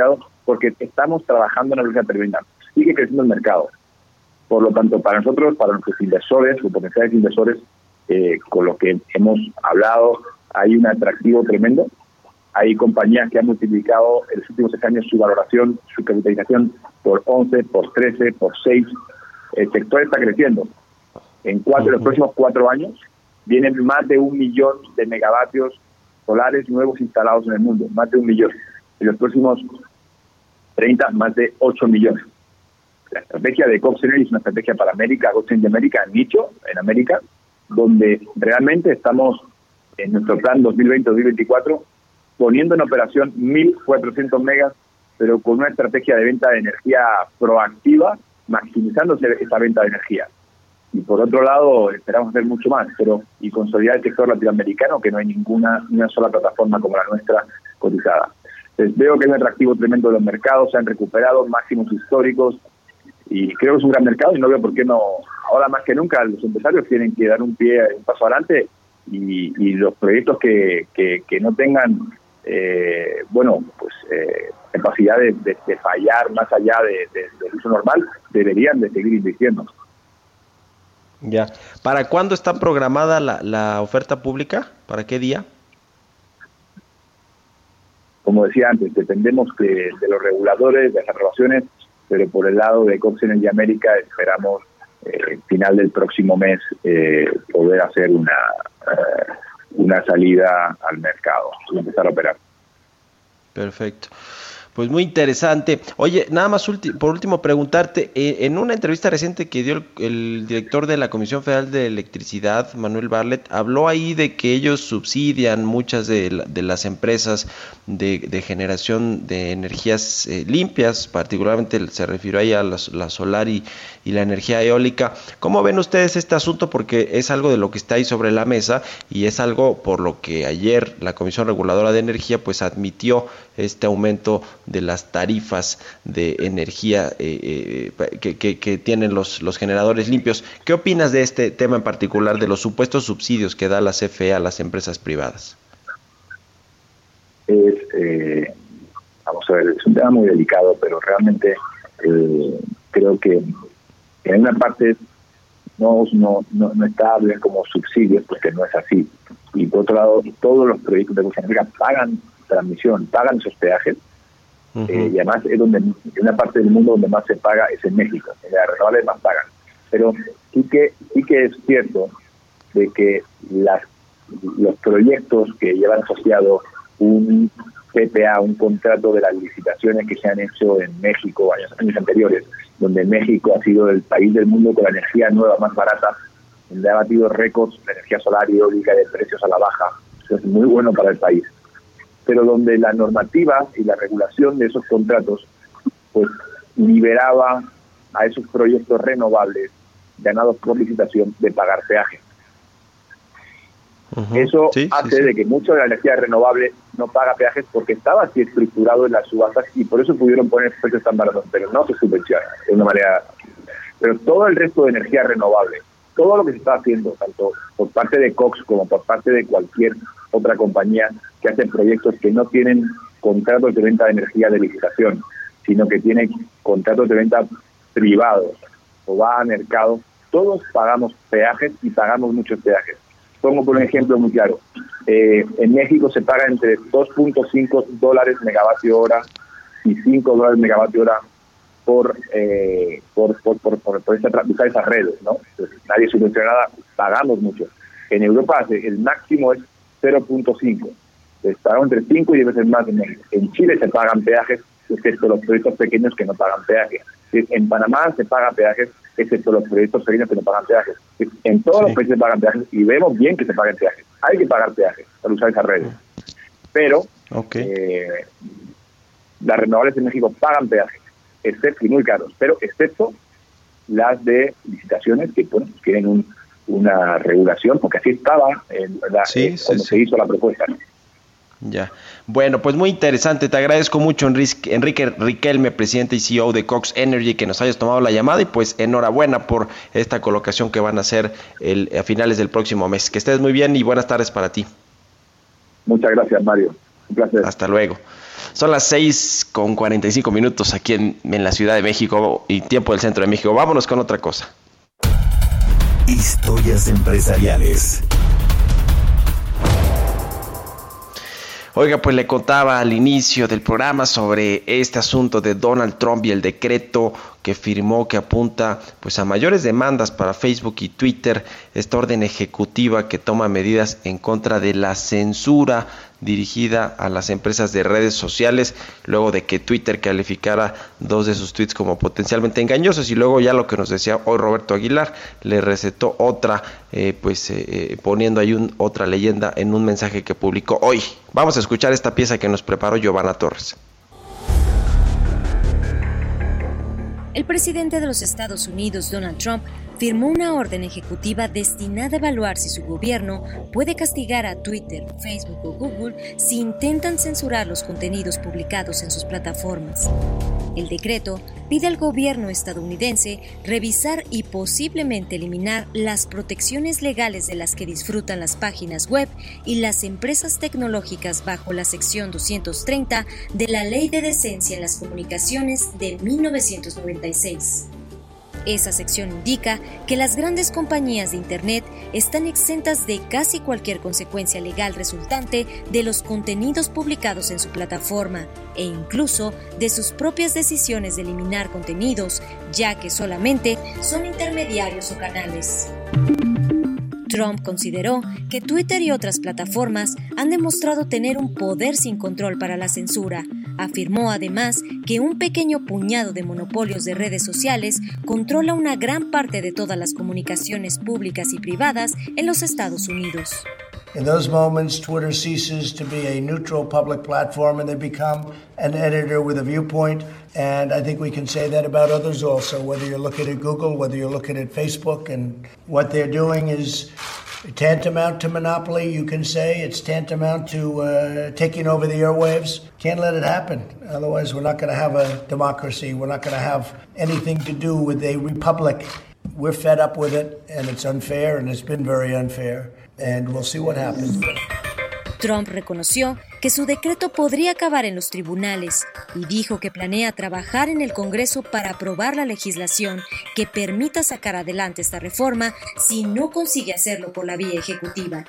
porque estamos trabajando en la velocidad tremenda. Sigue creciendo el mercado. Por lo tanto, para nosotros, para nuestros inversores o potenciales inversores, eh, con los que hemos hablado, hay un atractivo tremendo. Hay compañías que han multiplicado en los últimos seis años su valoración, su capitalización por once, por trece, por seis. El sector está creciendo. En cuatro, uh-huh. los próximos cuatro años vienen más de un millón de megavatios solares nuevos instalados en el mundo, más de un millón. En los próximos treinta, más de ocho millones. La estrategia de Cox Energy es una estrategia para América, Cox Energy América, nicho en América, donde realmente estamos en nuestro plan dos mil veinte a dos mil veinticuatro poniendo en operación mil cuatrocientos megas, pero con una estrategia de venta de energía proactiva, maximizándose esa venta de energía. Y por otro lado, esperamos hacer mucho más, pero y consolidar el sector latinoamericano, que no hay ninguna ni una sola plataforma como la nuestra cotizada. Entonces, veo que hay un atractivo tremendo de los mercados, se han recuperado máximos históricos, y creo que es un gran mercado, y no veo por qué no, ahora más que nunca, los empresarios tienen que dar un pie, un paso adelante, y, y los proyectos que, que, que no tengan, eh, bueno, pues eh, capacidad de, de, de fallar más allá de, de, del uso normal, deberían de seguir invirtiendo. Ya. ¿Para cuándo está programada la, la oferta pública? ¿Para qué día? Como decía antes, dependemos de, de los reguladores, de las aprobaciones, pero por el lado de Cox Energy América esperamos eh, final del próximo mes eh, poder hacer una eh, una salida al mercado y empezar a operar. Perfecto. Pues muy interesante. Oye, nada más ulti- por último preguntarte, eh, en una entrevista reciente que dio el, el director de la Comisión Federal de Electricidad, Manuel Bartlett, habló ahí de que ellos subsidian muchas de, la, de las empresas de, de generación de energías eh, limpias, particularmente se refirió ahí a la, la solar y, y la energía eólica. ¿Cómo ven ustedes este asunto? Porque es algo de lo que está ahí sobre la mesa y es algo por lo que ayer la Comisión Reguladora de Energía pues admitió este aumento de las tarifas de energía eh, eh, que, que, que tienen los, los generadores limpios. ¿Qué opinas de este tema en particular, de los supuestos subsidios que da la C F E a las empresas privadas? Es, eh, vamos a ver, es un tema muy delicado, pero realmente eh, creo que en una parte no, no, no, no está bien como subsidios, porque no es así. Y por otro lado, todos los proyectos de energía pagan transmisión, pagan esos peajes. Uh-huh. eh, y además es donde en una parte del mundo donde más se paga es en México, en las renovables más pagan, pero sí que sí que es cierto de que las los proyectos que llevan asociado un C P A, un contrato de las licitaciones que se han hecho en México años, años anteriores, donde México ha sido el país del mundo con la energía nueva más barata, donde ha batido récords de energía solar y eólica de precios a la baja. Eso es muy bueno para el país, pero donde la normativa y la regulación de esos contratos pues liberaba a esos proyectos renovables ganados por licitación de pagar peaje. Uh-huh. Eso sí, hace sí, sí. de que mucho de la energía renovable no paga peajes porque estaba así estructurado en las subastas y por eso pudieron poner precios tan baratos, pero no se subvenciona de una manera. Pero todo el resto de energía renovable, todo lo que se está haciendo, tanto por parte de Cox como por parte de cualquier otra compañía que hace proyectos que no tienen contratos de venta de energía de licitación, sino que tienen contratos de venta privados o va a mercado, todos pagamos peajes y pagamos muchos peajes. Pongo por un ejemplo muy claro. Eh, en México se paga entre dos punto cinco dólares megavatio hora y cinco dólares megavatio hora por eh, por por por, por, por esa, usar esas redes, ¿no? Entonces, nadie subvenciona nada, pagamos mucho. En Europa el máximo es cero punto cinco. Se pagan entre cinco y diez veces más en México. En Chile se pagan peajes, excepto los proyectos pequeños que no pagan peajes. En Panamá se pagan peajes, excepto los proyectos pequeños que no pagan peajes. En todos sí. los países se pagan peajes y vemos bien que se paguen peajes. Hay que pagar peajes para usar esas redes. Pero okay. eh, las renovables en México pagan peajes, excepto, y muy caros, pero excepto las de licitaciones que bueno, tienen un, una regulación, porque así estaba en la, sí, eh, cuando sí, se sí. hizo la propuesta, ¿no? Ya. Bueno, pues muy interesante. Te agradezco mucho, Enrique, Enrique Riquelme, presidente y C E O de Cox Energy, que nos hayas tomado la llamada y pues enhorabuena por esta colocación que van a hacer el, a finales del próximo mes. Que estés muy bien y buenas tardes para ti. Muchas gracias, Mario. Un placer. Hasta luego. Son las seis con cuarenta y cinco minutos aquí en, en la Ciudad de México y tiempo del Centro de México. Vámonos con otra cosa. Historias empresariales. Oiga, pues le contaba al inicio del programa sobre este asunto de Donald Trump y el decreto que firmó que apunta pues a mayores demandas para Facebook y Twitter, esta orden ejecutiva que toma medidas en contra de la censura dirigida a las empresas de redes sociales, luego de que Twitter calificara dos de sus tweets como potencialmente engañosos, y luego ya lo que nos decía hoy Roberto Aguilar, le recetó otra, eh, pues eh, eh, poniendo ahí un, otra leyenda en un mensaje que publicó hoy. Vamos a escuchar esta pieza que nos preparó Giovanna Torres. El presidente de los Estados Unidos, Donald Trump, firmó una orden ejecutiva destinada a evaluar si su gobierno puede castigar a Twitter, Facebook o Google si intentan censurar los contenidos publicados en sus plataformas. El decreto pide al gobierno estadounidense revisar y posiblemente eliminar las protecciones legales de las que disfrutan las páginas web y las empresas tecnológicas bajo la sección doscientos treinta de la Ley de Decencia en las Comunicaciones de mil novecientos noventa y seis. Esa sección indica que las grandes compañías de Internet están exentas de casi cualquier consecuencia legal resultante de los contenidos publicados en su plataforma e incluso de sus propias decisiones de eliminar contenidos, ya que solamente son intermediarios o canales. Trump consideró que Twitter y otras plataformas han demostrado tener un poder sin control para la censura. Afirmó además que un pequeño puñado de monopolios de redes sociales controla una gran parte de todas las comunicaciones públicas y privadas en los Estados Unidos. In those moments, Twitter ceases to be a neutral public platform and they become an editor with a viewpoint. And I think we can say that about others also, whether you're looking at Google, whether you're looking at Facebook, and what they're doing is tantamount to monopoly, you can say. It's tantamount to uh, taking over the airwaves. Can't let it happen. Otherwise, we're not going to have a democracy. We're not going to have anything to do with a republic. We're fed up with it, and it's unfair, and it's been very unfair. And we'll see what happens. Trump reconoció que su decreto podría acabar en los tribunales y dijo que planea trabajar en el Congreso para aprobar la legislación que permita sacar adelante esta reforma si no consigue hacerlo por la vía ejecutiva.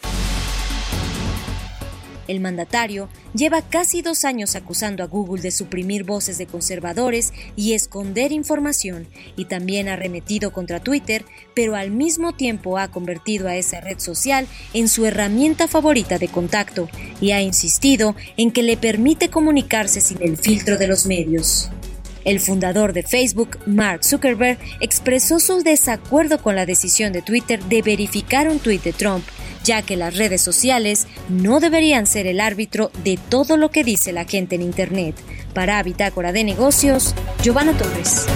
El mandatario lleva casi dos años acusando a Google de suprimir voces de conservadores y esconder información, y también ha arremetido contra Twitter, pero al mismo tiempo ha convertido a esa red social en su herramienta favorita de contacto y ha insistido en que le permite comunicarse sin el filtro de los medios. El fundador de Facebook, Mark Zuckerberg, expresó su desacuerdo con la decisión de Twitter de verificar un tuit de Trump, ya que las redes sociales no deberían ser el árbitro de todo lo que dice la gente en Internet. Para Bitácora de Negocios, Giovanna Torres.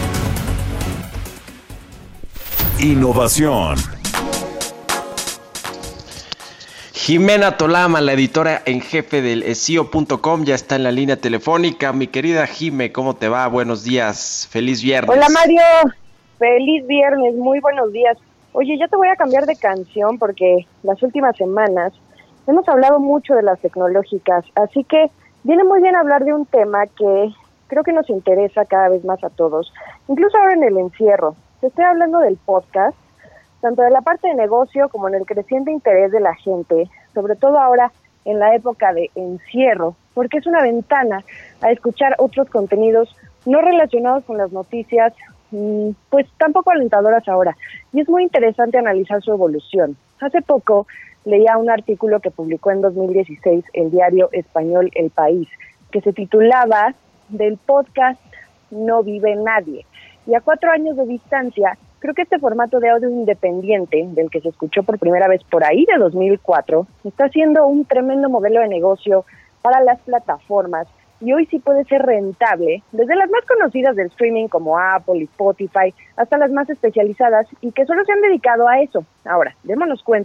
Innovación. Jimena Tolama, la editora en jefe del S E O punto com, ya está en la línea telefónica. Mi querida Jime, ¿cómo te va? Buenos días, feliz viernes. Hola Mario, feliz viernes, muy buenos días. Oye, ya te voy a cambiar de canción porque las últimas semanas hemos hablado mucho de las tecnológicas, así que viene muy bien hablar de un tema que creo que nos interesa cada vez más a todos, incluso ahora en el encierro. Te estoy hablando del podcast, tanto de la parte de negocio como en el creciente interés de la gente, sobre todo ahora en la época de encierro, porque es una ventana a escuchar otros contenidos no relacionados con las noticias, pues tampoco alentadoras ahora. Y es muy interesante analizar su evolución. Hace poco leía un artículo que publicó en dos mil dieciséis el diario español El País, que se titulaba "Del podcast no vive nadie". Y a cuatro años de distancia, creo que este formato de audio independiente, del que se escuchó por primera vez por ahí de dos mil cuatro, está siendo un tremendo modelo de negocio para las plataformas y hoy sí puede ser rentable, desde las más conocidas del streaming como Apple y Spotify, hasta las más especializadas y que solo se han dedicado a eso. Ahora, démonos cuenta,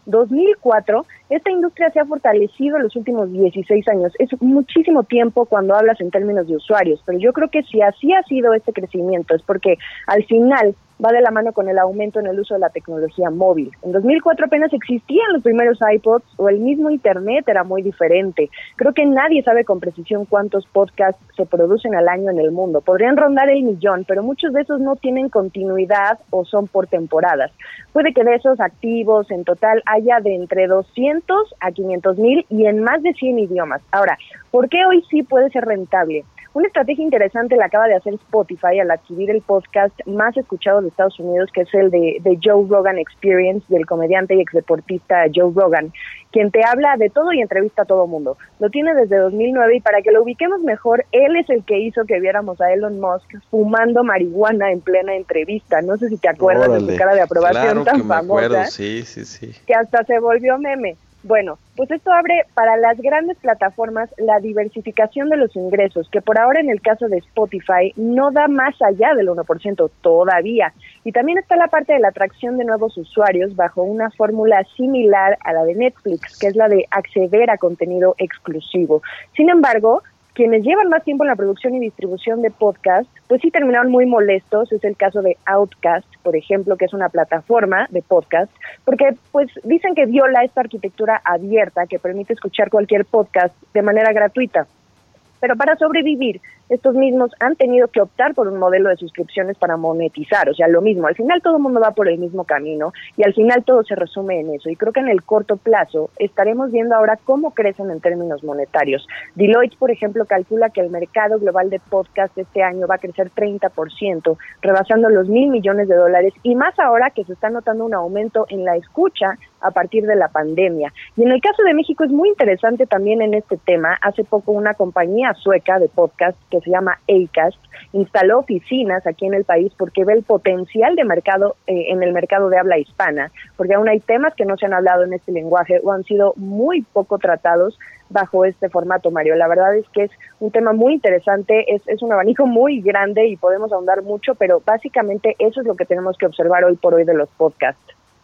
dos mil cuatro, esta industria se ha fortalecido en los últimos dieciséis años. Es muchísimo tiempo cuando hablas en términos de usuarios, pero yo creo que si así ha sido este crecimiento es porque al final va de la mano con el aumento en el uso de la tecnología móvil. En dos mil cuatro apenas existían los primeros iPods o el mismo Internet era muy diferente. Creo que nadie sabe con precisión cuántos podcasts se producen al año en el mundo. Podrían rondar el millón, pero muchos de esos no tienen continuidad o son por temporadas. Puede que de esos activos en total haya de entre doscientos a quinientos mil y en más de cien idiomas. Ahora, ¿por qué hoy sí puede ser rentable? Una estrategia interesante la acaba de hacer Spotify al adquirir el podcast más escuchado de Estados Unidos, que es el de, de Joe Rogan Experience, del comediante y exdeportista Joe Rogan, quien te habla de todo y entrevista a todo mundo. Lo tiene desde dos mil nueve y para que lo ubiquemos mejor, él es el que hizo que viéramos a Elon Musk fumando marihuana en plena entrevista. No sé si te acuerdas Órale. de su cara de aprobación claro tan que me famosa, acuerdo. Sí, sí, sí. que hasta se volvió meme. Bueno, pues esto abre para las grandes plataformas la diversificación de los ingresos, que por ahora en el caso de Spotify no da más allá del uno por ciento todavía. Y también está la parte de la atracción de nuevos usuarios bajo una fórmula similar a la de Netflix, que es la de acceder a contenido exclusivo. Sin embargo, quienes llevan más tiempo en la producción y distribución de podcast, pues sí terminaron muy molestos. Es el caso de Outcast, por ejemplo, que es una plataforma de podcast, porque pues dicen que viola esta arquitectura abierta que permite escuchar cualquier podcast de manera gratuita. Pero para sobrevivir, estos mismos han tenido que optar por un modelo de suscripciones para monetizar, o sea, lo mismo. Al final todo el mundo va por el mismo camino y al final todo se resume en eso. Y creo que en el corto plazo estaremos viendo ahora cómo crecen en términos monetarios. Deloitte, por ejemplo, calcula que el mercado global de podcast este año va a crecer treinta por ciento, rebasando los mil millones de dólares, y más ahora que se está notando un aumento en la escucha a partir de la pandemia. Y en el caso de México es muy interesante también en este tema. Hace poco una compañía sueca de podcast que se llama Acast instaló oficinas aquí en el país porque ve el potencial de mercado eh, en el mercado de habla hispana, porque aún hay temas que no se han hablado en este lenguaje o han sido muy poco tratados bajo este formato, Mario. La verdad es que es un tema muy interesante, es, es un abanico muy grande y podemos ahondar mucho, pero básicamente eso es lo que tenemos que observar hoy por hoy de los podcasts.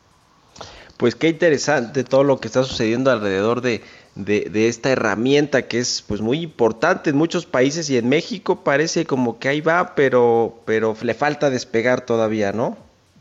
Pues qué interesante todo lo que está sucediendo alrededor de, de, de esta herramienta que es pues muy importante en muchos países, y en México parece como que ahí va, pero, pero le falta despegar todavía, ¿no?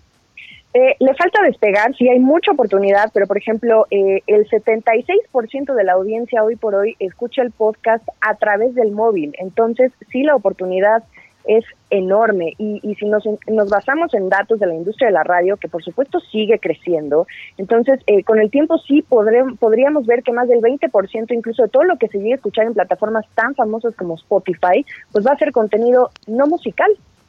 Eh, le falta despegar, sí hay mucha oportunidad, pero por ejemplo, eh, el setenta y seis por ciento de la audiencia hoy por hoy escucha el podcast a través del móvil. Entonces, sí, la oportunidad es enorme, y, y si nos, nos basamos en datos de la industria de la radio, que por supuesto sigue creciendo, entonces eh, con el tiempo sí podré, podríamos ver que más del veinte por ciento incluso de todo lo que se llega a escuchar en plataformas tan famosas como Spotify, pues va a ser contenido no musical.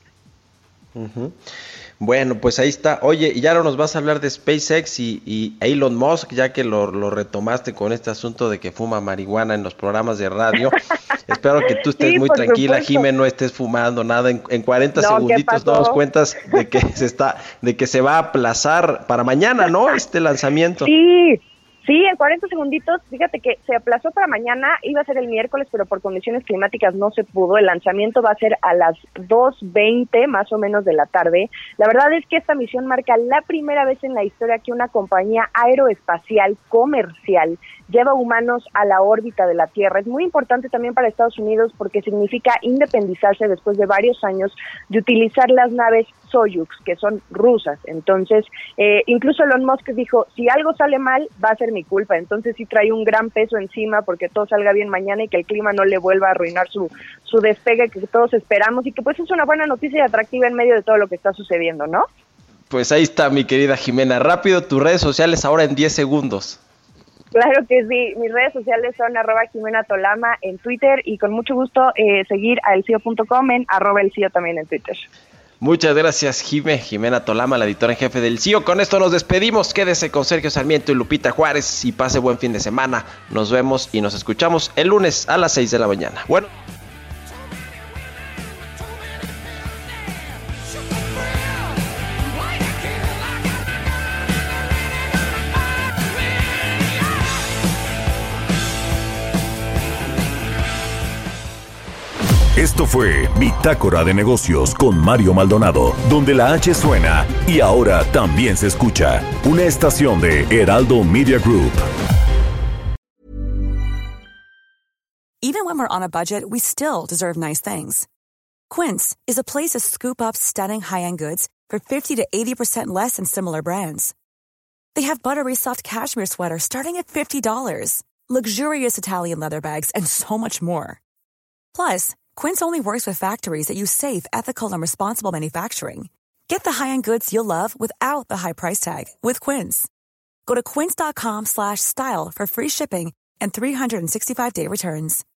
Uh-huh. Bueno, pues ahí está. Oye, y ahora nos vas a hablar de SpaceX y, y Elon Musk, ya que lo, lo retomaste con este asunto de que fuma marihuana en los programas de radio. Espero que tú estés sí, muy tranquila, Jimé, no estés fumando nada. En, en cuarenta no, segunditos nos cuentas de que se está, de que se va a aplazar para mañana, ¿no? Este lanzamiento. Sí. Sí, en cuarenta segunditos, fíjate que se aplazó para mañana, iba a ser el miércoles, pero por condiciones climáticas no se pudo. El lanzamiento va a ser a las dos veinte más o menos de la tarde. La verdad es que esta misión marca la primera vez en la historia que una compañía aeroespacial comercial lleva humanos a la órbita de la Tierra. Es muy importante también para Estados Unidos porque significa independizarse después de varios años de utilizar las naves Soyuz, que son rusas. Entonces, eh, incluso Elon Musk dijo, si algo sale mal, va a ser mi culpa. Entonces sí trae un gran peso encima porque todo salga bien mañana y que el clima no le vuelva a arruinar su, su despegue que todos esperamos, y que pues es una buena noticia y atractiva en medio de todo lo que está sucediendo, ¿no? Pues ahí está, mi querida Jimena. Rápido, tus redes sociales ahora en diez segundos. Claro que sí, mis redes sociales son arroba Jimena Tolama en Twitter, y con mucho gusto eh, seguir a elcio punto com en arroba elcio también en Twitter. Muchas gracias, Jime, Jimena Tolama, la editora en jefe del C I O. Con esto nos despedimos. Quédese con Sergio Sarmiento y Lupita Juárez y pase buen fin de semana. Nos vemos y nos escuchamos el lunes a las seis de la mañana. Bueno. Esto fue Bitácora de Negocios con Mario Maldonado, donde la H suena y ahora también se escucha. Una estación de Heraldo Media Group. Even when we're on a budget, we still deserve nice things. Quince is a place to scoop up stunning high-end goods for fifty to eighty percent less than similar brands. They have buttery soft cashmere sweaters starting at fifty dollars, luxurious Italian leather bags, and so much more. Plus, Quince only works with factories that use safe, ethical, and responsible manufacturing. Get the high-end goods you'll love without the high price tag with Quince. Go to quince.com slash style for free shipping and three sixty-five day returns.